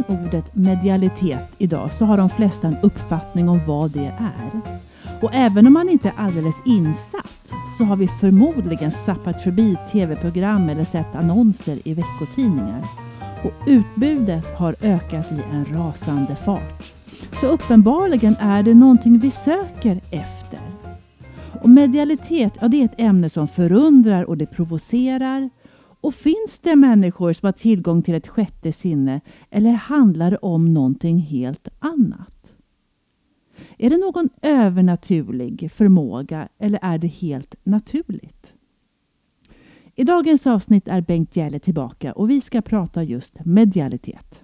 ordet medialitet idag så har de flesta en uppfattning om vad det är. Och även om man inte är alldeles insatt så har vi förmodligen zappat förbi tv-program eller sett annonser i veckotidningar. Och utbudet har ökat i en rasande fart. Så uppenbarligen är det någonting vi söker efter. Och medialitet, ja, det är ett ämne som förundrar och det provocerar. Och finns det människor som har tillgång till ett sjätte sinne eller handlar det om någonting helt annat? Är det någon övernaturlig förmåga eller är det helt naturligt? I dagens avsnitt är Bengt Jälle tillbaka och vi ska prata just medialitet.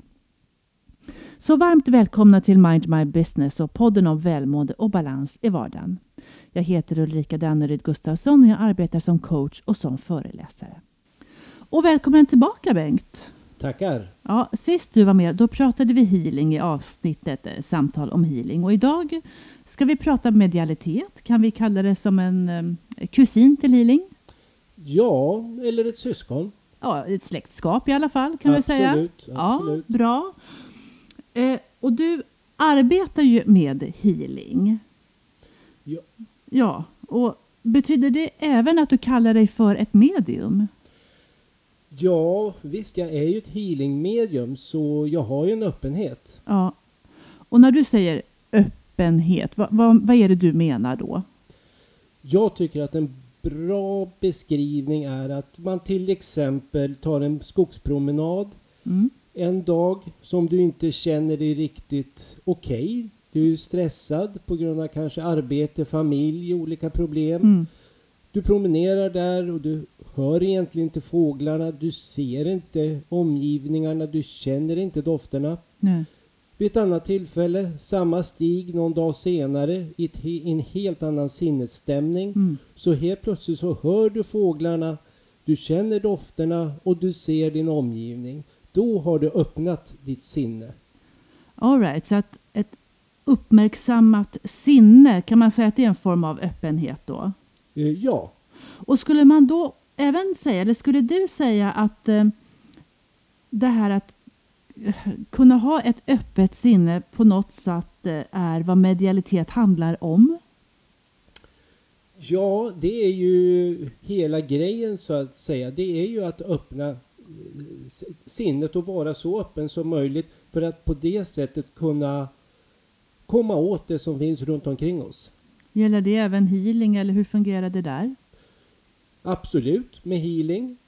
Så varmt välkomna till Mind My Business och podden om välmående och balans i vardagen. Jag heter Ulrika Danneryd Gustafsson och jag arbetar som coach och som föreläsare. Och välkommen tillbaka Bengt. Tackar. Ja, sist du var med då pratade vi healing i avsnittet samtal om healing. Och idag ska vi prata medialitet. Kan vi kalla det som en kusin till healing? Ja, eller ett syskon. Ja, ett släktskap i alla fall kan vi säga. Absolut. Ja, bra. Och du arbetar ju med healing. Ja. Ja, och betyder det även att du kallar dig för ett medium? Ja, visst, jag är ju ett healingmedium så jag har ju en öppenhet. Ja, och när du säger öppenhet, vad är det du menar då? Jag tycker att en bra beskrivning är att man till exempel tar en skogspromenad en dag som du inte känner dig riktigt okej. Du är stressad på grund av kanske arbete, familj, olika problem. Du promenerar där och du hör egentligen inte fåglarna, du ser inte omgivningarna, du känner inte dofterna. Nej. Vid ett annat tillfälle, samma stig någon dag senare i en helt annan sinnesstämning. Så helt plötsligt så hör du fåglarna, du känner dofterna och du ser din omgivning. Då har du öppnat ditt sinne. All right, så att ett uppmärksammat sinne, kan man säga att det är en form av öppenhet då? Ja. Och skulle man då även säga, eller skulle du säga att det här att kunna ha ett öppet sinne på något sätt är vad medialitet handlar om? Ja, det är ju hela grejen så att säga. Det är ju att öppna sinnet och vara så öppen som möjligt för att på det sättet kunna komma åt det som finns runt omkring oss. Gäller det även healing eller hur fungerar det där? Absolut, med healing.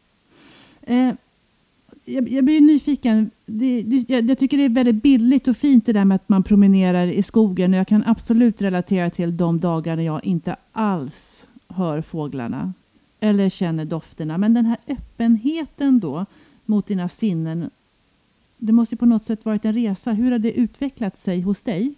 Jag blir nyfiken. Jag tycker det är väldigt billigt och fint det där med att man promenerar i skogen. Och jag kan absolut relatera till de dagar när jag inte alls hör fåglarna eller känner dofterna. Men den här öppenheten då mot dina sinnen, det måste ju på något sätt varit en resa. Hur har det utvecklat sig hos dig?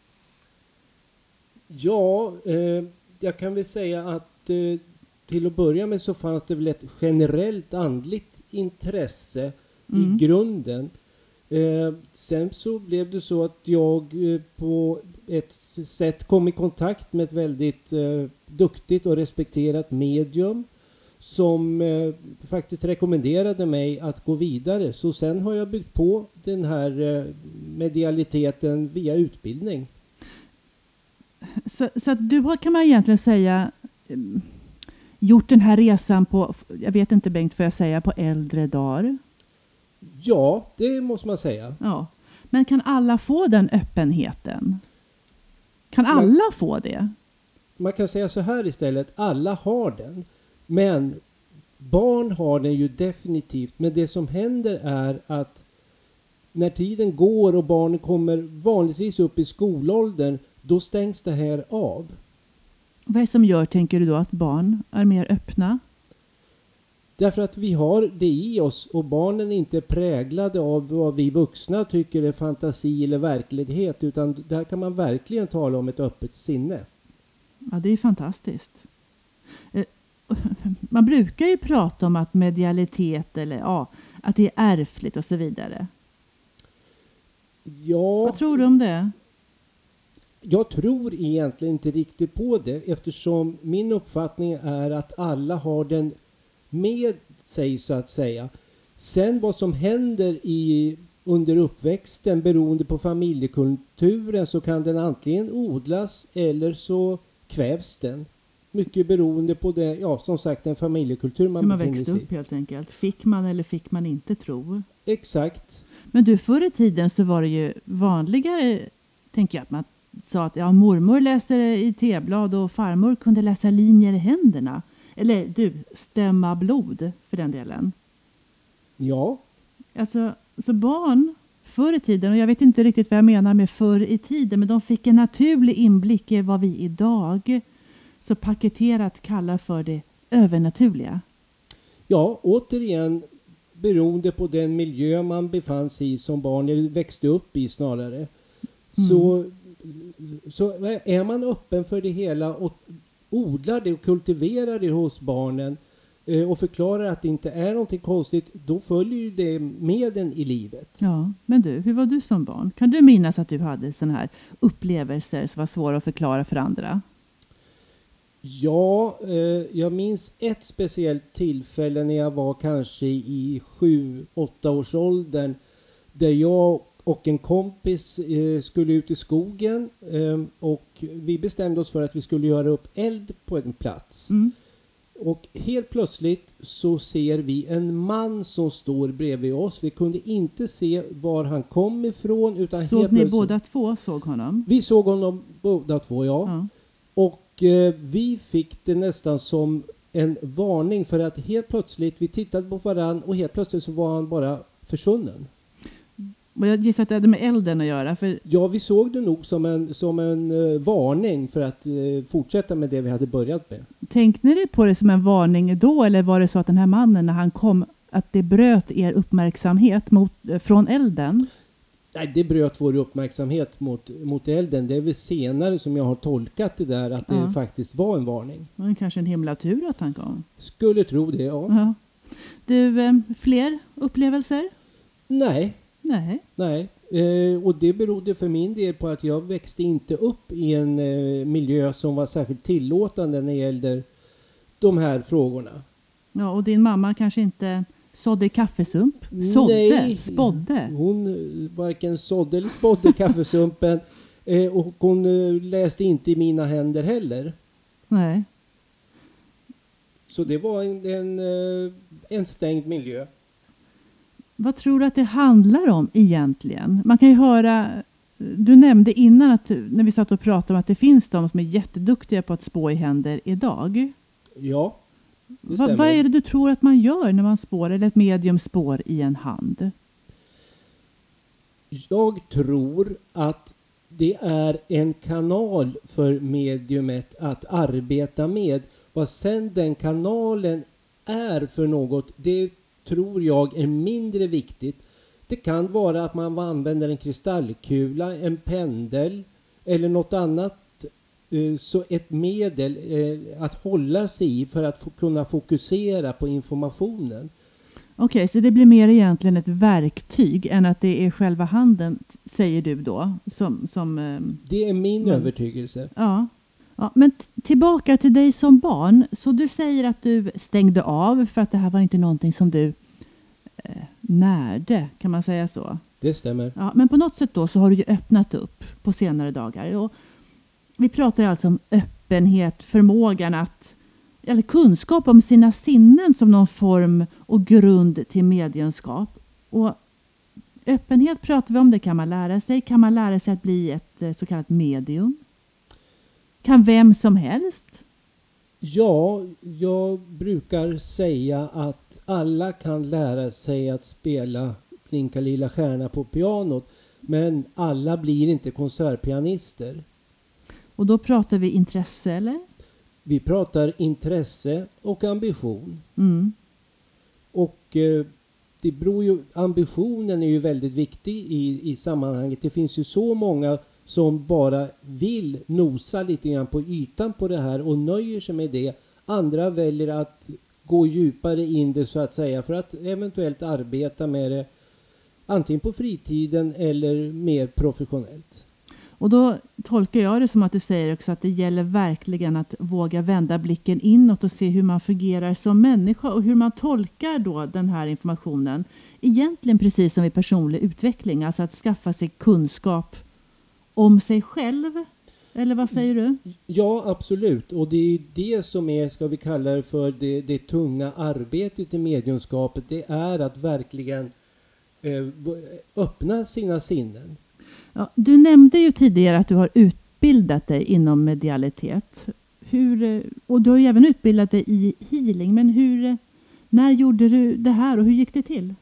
Ja, jag kan väl säga att till att börja med så fanns det väl ett generellt andligt intresse i grunden. Sen så blev det så att jag på ett sätt kom i kontakt med ett väldigt duktigt och respekterat medium som faktiskt rekommenderade mig att gå vidare. Så sen har jag byggt på den här medialiteten via utbildning. Så att du har, kan man egentligen säga, gjort den här resan på, jag vet inte Bengt, får jag säga, på äldre dagar? Ja, det måste man säga. Ja. Men kan alla få den öppenheten? Kan alla få det? Man kan säga så här istället, alla har den. Men barn har den ju definitivt. Men det som händer är att när tiden går och barnen kommer vanligtvis upp i skolåldern, då stängs det här av. Vad är det som gör, tänker du då, att barn är mer öppna? Därför att vi har det i oss och barnen är inte präglade av vad vi vuxna tycker är fantasi eller verklighet, utan där kan man verkligen tala om ett öppet sinne. Ja, det är fantastiskt. Man brukar ju prata om att medialitet eller att det är ärftligt och så vidare. Ja. Vad tror du om det? Jag tror egentligen inte riktigt på det, eftersom min uppfattning är att alla har den med sig så att säga. Sen vad som händer under uppväxten, beroende på familjekulturen, så kan den antingen odlas eller så kvävs den. Mycket beroende på det, ja som sagt, den familjekultur man befinner sig i. Man växte upp helt enkelt. Fick man eller fick man inte tro? Exakt. Men du, förr i tiden så var det ju vanligare, tänker jag, att man sa att ja, mormor läser i teblad och farmor kunde läsa linjer i händerna. Eller du, stämma blod för den delen. Ja. Alltså, så barn förr i tiden, och jag vet inte riktigt vad jag menar med förr i tiden, men de fick en naturlig inblick i vad vi idag så paketerat kallar för det övernaturliga. Ja, återigen beroende på den miljö man befann sig i som barn, eller växte upp i snarare, så är man öppen för det hela och odlar det och kultiverar det hos barnen och förklarar att det inte är någonting konstigt, då följer ju det med en i livet. Ja, men du, hur var du som barn? Kan du minnas att du hade sådana här upplevelser som var svåra att förklara för andra? Ja, jag minns ett speciellt tillfälle när jag var kanske i 7-8 års åldern, där jag och en kompis skulle ut i skogen och vi bestämde oss för att vi skulle göra upp eld på en plats. Och helt plötsligt så ser vi en man som står bredvid oss. Vi kunde inte se var han kom ifrån. Utan såg ni båda två såg honom? Vi såg honom båda två, ja. Och vi fick det nästan som en varning, för att helt plötsligt, vi tittade på varann och helt plötsligt så var han bara försvunnen. Och jag gissar att det hade med elden att göra. Ja, vi såg det nog som en varning för att fortsätta med det vi hade börjat med. Tänkte ni på det som en varning då, eller var det så att den här mannen när han kom, att det bröt er uppmärksamhet från elden? Nej, det bröt vår uppmärksamhet mot elden. Det är väl senare som jag har tolkat det där, att det faktiskt var en varning. Men kanske en himla tur att han kom. Skulle tro det, ja. Du, fler upplevelser? Nej. Nej. Och det berodde för min del på att jag växte inte upp i en miljö som var särskilt tillåtande när det gällde de här frågorna. Ja, och din mamma kanske inte sådde kaffesump? Spådde? Hon varken sådde eller spådde kaffesumpen. Och hon läste inte i mina händer heller. Nej. Så det var en stängd miljö. Vad tror du att det handlar om egentligen? Man kan ju höra, du nämnde innan att när vi satt och pratade om att det finns de som är jätteduktiga på att spå i händer idag. Ja, det stämmer. Vad är det du tror att man gör när man spår, eller ett medium spår i en hand? Jag tror att det är en kanal för mediumet att arbeta med. Vad sen den kanalen är för något, det tror jag är mindre viktigt. Det kan vara att man använder en kristallkula, en pendel eller något annat, så ett medel att hålla sig i för att kunna fokusera på informationen. Okej, så det blir mer egentligen ett verktyg än att det är själva handen, säger du då? Det är min övertygelse. Ja, men tillbaka till dig som barn. Så du säger att du stängde av för att det här var inte någonting som du närde, kan man säga så? Det stämmer. Ja, men på något sätt då så har du ju öppnat upp på senare dagar. Och vi pratar alltså om öppenhet, förmågan att, eller kunskap om sina sinnen som någon form och grund till mediumskap. Och öppenhet pratar vi om, det kan man lära sig. Kan man lära sig att bli ett så kallat medium? Kan vem som helst? Ja, jag brukar säga att alla kan lära sig att spela Blinka lilla stjärna på pianot, men alla blir inte konsertpianister. Och då pratar vi intresse, eller? Vi pratar intresse och ambition. Och det beror ju, ambitionen är ju väldigt viktig i sammanhanget. Det finns ju så många som bara vill nosa lite grann på ytan på det här och nöjer sig med det. Andra väljer att gå djupare in det, så att säga, för att eventuellt arbeta med det antingen på fritiden eller mer professionellt. Och då tolkar jag det som att du säger också att det gäller verkligen att våga vända blicken inåt och se hur man fungerar som människa och hur man tolkar då den här informationen egentligen precis som i personlig utveckling, alltså att skaffa sig kunskap om sig själv. Eller vad säger du? Ja, absolut. Och det är det som är, ska vi kalla det för, det tunga arbetet i mediumskapet. Det är att verkligen öppna sina sinnen. Ja, du nämnde ju tidigare att du har utbildat dig inom medialitet. Och du har ju även utbildat dig i healing. Men när gjorde du det här och hur gick det till?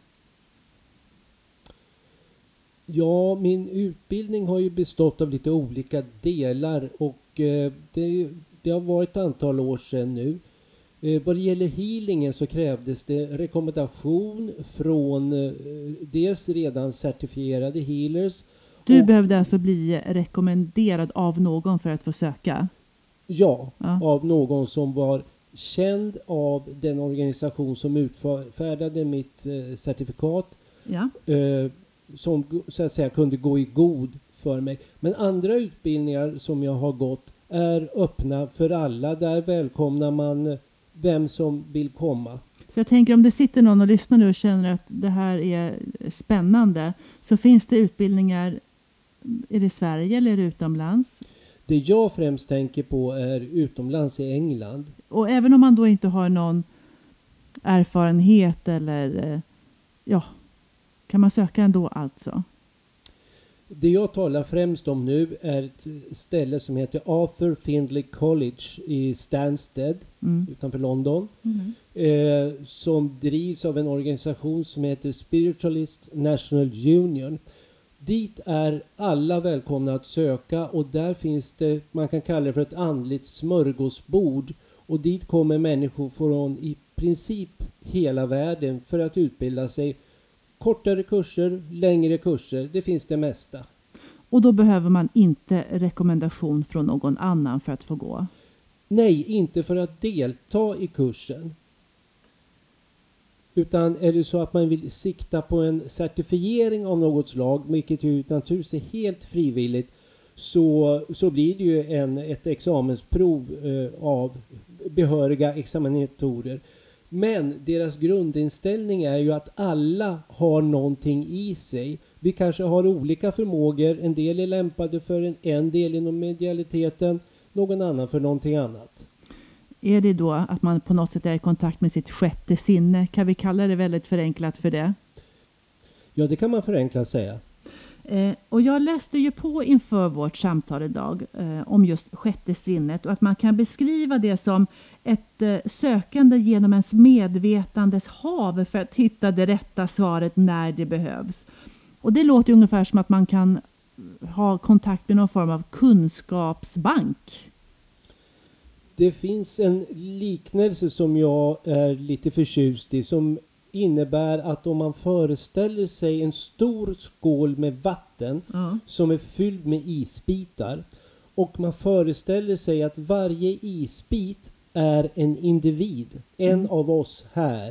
Ja, min utbildning har ju bestått av lite olika delar och det har varit ett antal år sedan nu. Vad det gäller healingen så krävdes det rekommendation från dels redan certifierade healers. Du behövde alltså bli rekommenderad av någon för att få söka? Ja, av någon som var känd av den organisation som utfärdade mitt certifikat. Ja. Som så att säga kunde gå i god för mig. Men andra utbildningar som jag har gått är öppna för alla. Där välkomnar man vem som vill komma. Så jag tänker om det sitter någon och lyssnar nu och känner att det här är spännande, så finns det utbildningar, är det i Sverige eller är det utomlands? Det jag främst tänker på är utomlands i England. Och även om man då inte har någon erfarenhet eller kan man söka ändå alltså? Det jag talar främst om nu är ett ställe som heter Arthur Findlay College i Stansted utanför London. Som drivs av en organisation som heter Spiritualists National Union. Dit är alla välkomna att söka och där finns det, man kan kalla det för ett andligt smörgåsbord. Och dit kommer människor från i princip hela världen för att utbilda sig. Kortare kurser, längre kurser, det finns det mesta. Och då behöver man inte rekommendation från någon annan för att få gå? Nej, inte för att delta i kursen. Utan är det så att man vill sikta på en certifiering av något slag, vilket ju naturligtvis är helt frivilligt, så blir det ju ett examensprov av behöriga examinatorer. Men deras grundinställning är ju att alla har någonting i sig. Vi kanske har olika förmågor. En del är lämpade för en del inom medialiteten. Någon annan för någonting annat. Är det då att man på något sätt är i kontakt med sitt sjätte sinne? Kan vi kalla det väldigt förenklat för det? Ja, det kan man förenklat säga. Och jag läste ju på inför vårt samtal idag om just sjätte sinnet och att man kan beskriva det som ett sökande genom ens medvetandes hav för att hitta det rätta svaret när det behövs. Och det låter ungefär som att man kan ha kontakt med någon form av kunskapsbank. Det finns en liknelse som jag är lite förtjust i som innebär att om man föreställer sig en stor skål med vatten som är fylld med isbitar och man föreställer sig att varje isbit är en individ, en av oss här.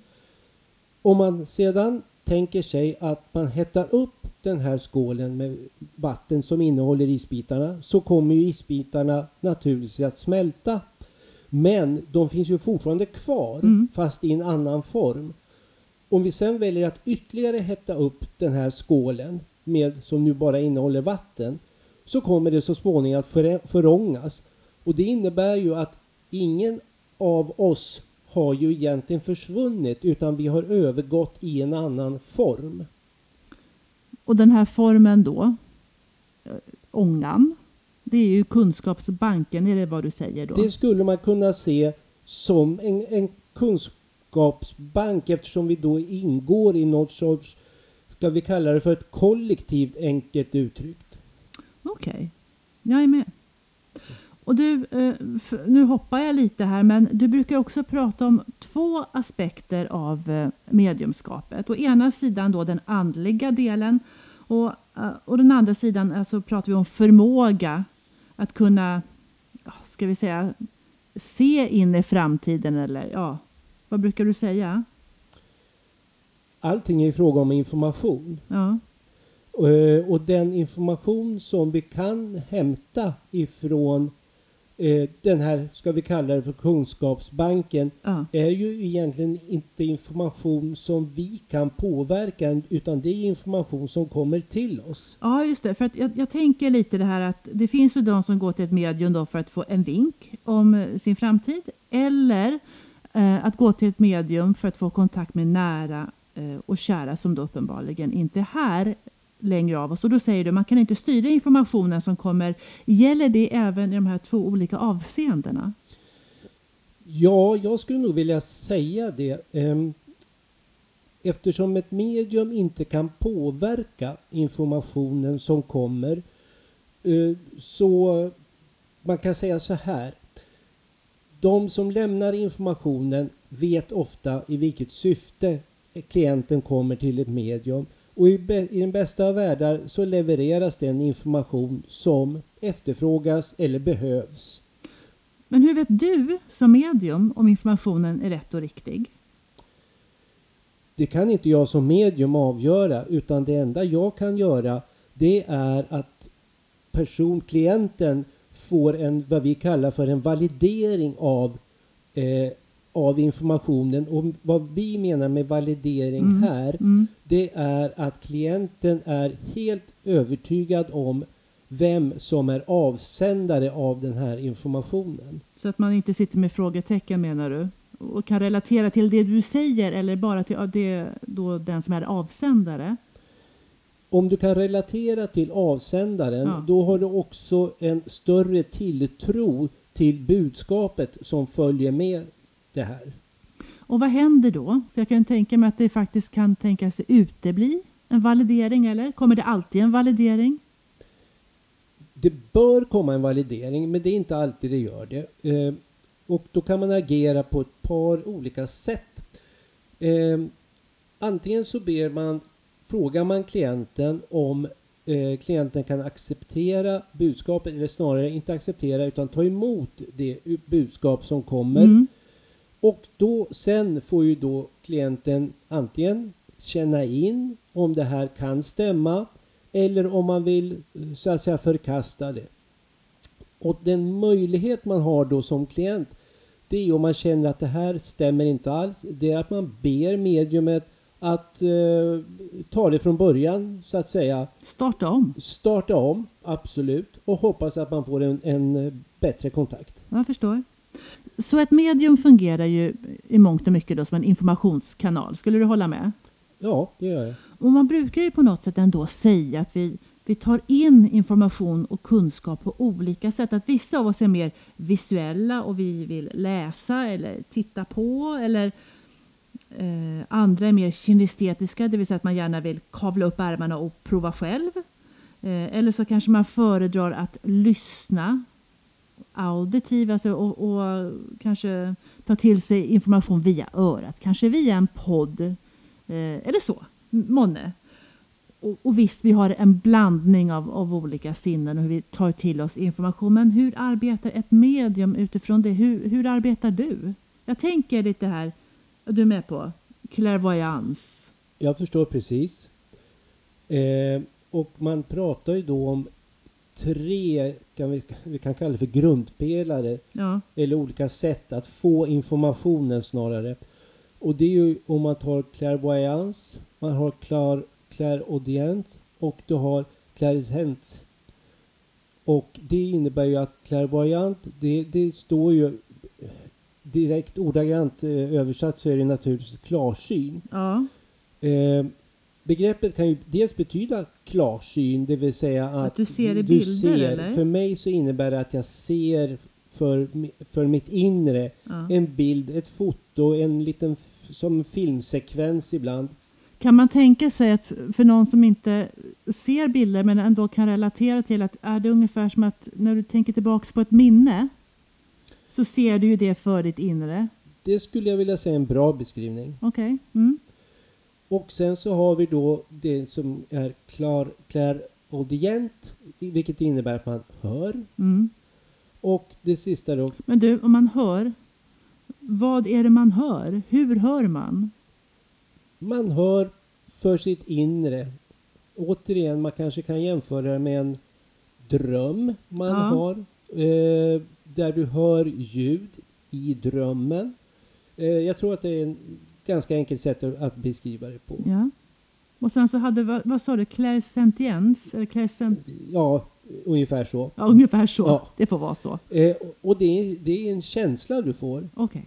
Om man sedan tänker sig att man hettar upp den här skålen med vatten som innehåller isbitarna, så kommer ju isbitarna naturligtvis att smälta. Men de finns ju fortfarande kvar fast i en annan form. Om vi sen väljer att ytterligare hetta upp den här skålen som nu bara innehåller vatten, så kommer det så småningom att förångas. Och det innebär ju att ingen av oss har ju egentligen försvunnit, utan vi har övergått i en annan form. Och den här formen då, ångan, det är ju kunskapsbanken, är det vad du säger då? Det skulle man kunna se som en kunskapsbank, eftersom vi då ingår i något sorts, ska vi kalla det för ett kollektivt, enkelt uttryckt. Okej, jag är med. Och du, nu hoppar jag lite här, men du brukar också prata om två aspekter av mediumskapet. Å ena sidan då den andliga delen och den andra sidan alltså pratar vi om förmåga att kunna, ska vi säga, se in i framtiden, eller vad brukar du säga? Allting är i fråga om information. Ja. Och den information som vi kan hämta ifrån den här, ska vi kalla det för kunskapsbanken, Ja. är ju egentligen inte information som vi kan påverka, utan det är information som kommer till oss. Ja, just det. För att jag tänker lite det här att det finns ju de som går till ett medium då för att få en vink om sin framtid. Eller att gå till ett medium för att få kontakt med nära och kära som då uppenbarligen inte är här längre av oss. Och då säger du, man kan inte styra informationen som kommer. Gäller det även i de här 2 olika avseendena? Ja, jag skulle nog vilja säga det. Eftersom ett medium inte kan påverka informationen som kommer, så man kan säga så här. De som lämnar informationen vet ofta i vilket syfte klienten kommer till ett medium. Och i den bästa av världar så levereras den information som efterfrågas eller behövs. Men hur vet du som medium om informationen är rätt och riktig? Det kan inte jag som medium avgöra, utan det enda jag kan göra, det är att klienten får vad vi kallar för en validering av informationen. Och vad vi menar med validering här, det är att klienten är helt övertygad om vem som är avsändare av den här informationen. Så att man inte sitter med frågetecken, menar du? Och kan relatera till det du säger eller bara till den som är avsändare? Om du kan relatera till avsändaren, då har du också en större tilltro till budskapet som följer med det här. Och vad händer då? För jag kan tänka mig att det faktiskt kan tänka sig utebli en validering, eller? Kommer det alltid en validering? Det bör komma en validering, men det är inte alltid det gör det. Och då kan man agera på ett par olika sätt. Antingen så frågar man klienten om klienten kan acceptera budskapet, eller snarare inte acceptera utan ta emot det budskap som kommer. Och sen får ju då klienten antingen känna in om det här kan stämma eller om man vill så att säga förkasta det. Och den möjlighet man har då som klient, det är om man känner att det här stämmer inte alls, det är att man ber mediumet att ta det från början så att säga. Starta om, absolut. Och hoppas att man får en bättre kontakt. Jag förstår. Så ett medium fungerar ju i mångt och mycket då som en informationskanal. Skulle du hålla med? Ja, det gör jag. Och man brukar ju på något sätt ändå säga att vi tar in information och kunskap på olika sätt. Att vissa av oss är mer visuella och vi vill läsa eller titta på. Eller andra är mer kinestetiska, det vill säga att man gärna vill kavla upp ärmarna och prova själv. Eller så kanske man föredrar att lyssna auditiv, alltså, och kanske ta till sig information via örat. Kanske via en podd eller så, månne. Och visst, vi har en blandning av olika sinnen och hur vi tar till oss information. Men hur arbetar ett medium utifrån det? Hur arbetar du? Jag tänker lite här, du är med på clairvoyance. Jag förstår precis. Och man pratar ju då om 3, vi kan kalla det för grundpelare. Ja. Eller olika sätt att få informationen snarare. Och det är ju om man tar clairvoyance, man har clairaudient och du har clairvoyance. Och det innebär ju att clairvoyant, det står ju direkt ordagrant översatt så är det naturligtvis klarsyn. Ja. Begreppet kan ju dels betyda klarsyn, det vill säga att du ser i bilder, eller? För mig så innebär det att jag ser för mitt inre en bild, ett foto, en liten som filmsekvens ibland. Kan man tänka sig att för någon som inte ser bilder men ändå kan relatera till att är det ungefär som att när du tänker tillbaka på ett minne så ser du ju det för ditt inre? Det skulle jag vilja säga en bra beskrivning. Okej. Och sen så har vi då det som är clairaudient, vilket innebär att man hör. Och det sista då. Men du, om man hör, vad är det man hör? Hur hör man? Man hör för sitt inre. Återigen, man kanske kan jämföra det med en dröm man har. där du hör ljud i drömmen. Jag tror att det är en ganska enkelt sätt att beskriva det på. Ja. Och sen så hade, vad sa du, clairsentiens? Eller Ja, ungefär så. Ja, ungefär så. Ja. Det får vara så. Och det är en känsla du får. Okej.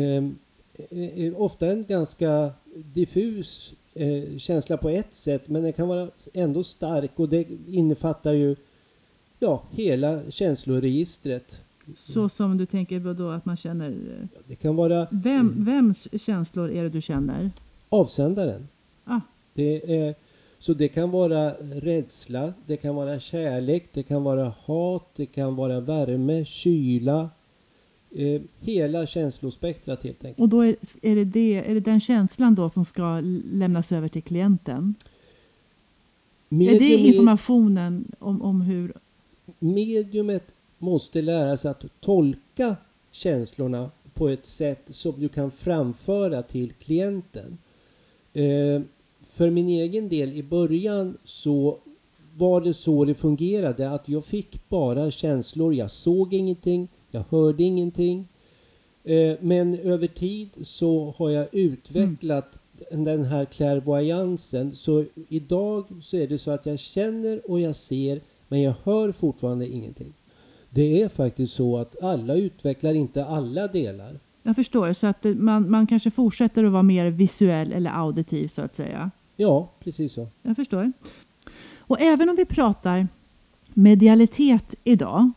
Ofta en ganska diffus känsla på ett sätt, men den kan vara ändå stark, och det innefattar ju hela känsloregistret. Så som du tänker då att man känner... Det kan vara... Vems känslor är det du känner? Avsändaren. Ah. Så det kan vara rädsla, det kan vara kärlek, det kan vara hat, det kan vara värme, kyla. Hela känslospektrat helt enkelt. Och då är det den känslan då som ska lämnas över till klienten? Är det informationen om hur... Mediumet måste lära sig att tolka känslorna på ett sätt som du kan framföra till klienten. För min egen del i början så var det så det fungerade, att jag fick bara känslor. Jag såg ingenting, jag hörde ingenting. Men över tid så har jag utvecklat den här clairvoyansen. Så idag så är det så att jag känner och jag ser, men jag hör fortfarande ingenting. Det är faktiskt så att alla utvecklar inte alla delar. Jag förstår, så att man kanske fortsätter att vara mer visuell eller auditiv så att säga. Ja, precis så. Jag förstår. Och även om vi pratar medialitet idag,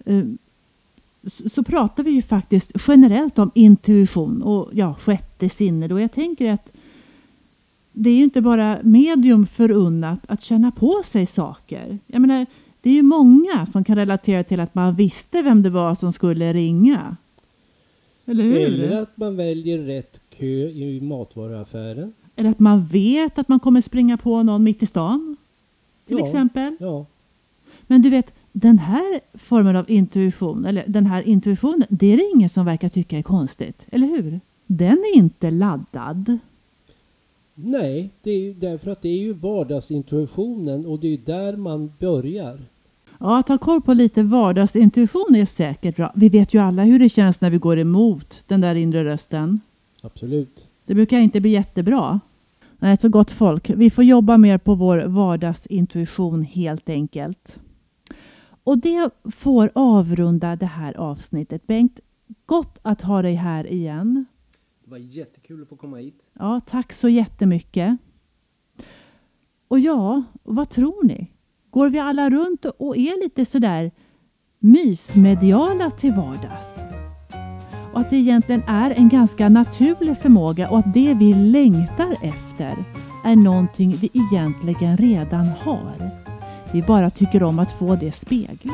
så pratar vi ju faktiskt generellt om intuition och sjätte sinne. Och jag tänker att det är ju inte bara medium förunnat att känna på sig saker. Jag menar, det är ju många som kan relatera till att man visste vem det var som skulle ringa. Eller hur? Eller att man väljer rätt kö i matvaruaffären. Eller att man vet att man kommer springa på någon mitt i stan. Till exempel. Ja. Men du vet, den här formen av intuition, eller den här intuitionen, det är det ingen som verkar tycka är konstigt. Eller hur? Den är inte laddad. Nej, det är därför att det är ju vardagsintuitionen, och det är där man börjar. Ja, att ha koll på lite vardagsintuition är säkert bra. Vi vet ju alla hur det känns när vi går emot den där inre rösten. Absolut. Det brukar inte bli jättebra. Nej, så gott folk. Vi får jobba mer på vår vardagsintuition helt enkelt. Och det får avrunda det här avsnittet. Bengt, gott att ha dig här igen. Det var jättekul att få komma hit. Ja, tack så jättemycket. Och vad tror ni? Går vi alla runt och är lite sådär mysmediala till vardags? Och att det egentligen är en ganska naturlig förmåga, och att det vi längtar efter är någonting vi egentligen redan har. Vi bara tycker om att få det speglat.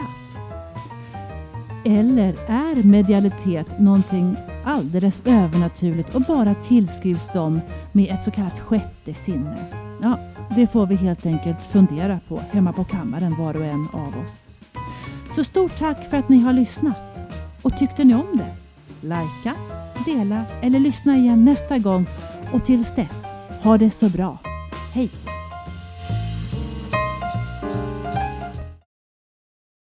Eller är medialitet någonting alldeles övernaturligt och bara tillskrivs dem med ett så kallat sjätte sinne? Ja, det får vi helt enkelt fundera på hemma på kammaren, var och en av oss. Så stort tack för att ni har lyssnat. Och tyckte ni om det? Lajka, dela eller lyssna igen nästa gång. Och tills dess, ha det så bra. Hej!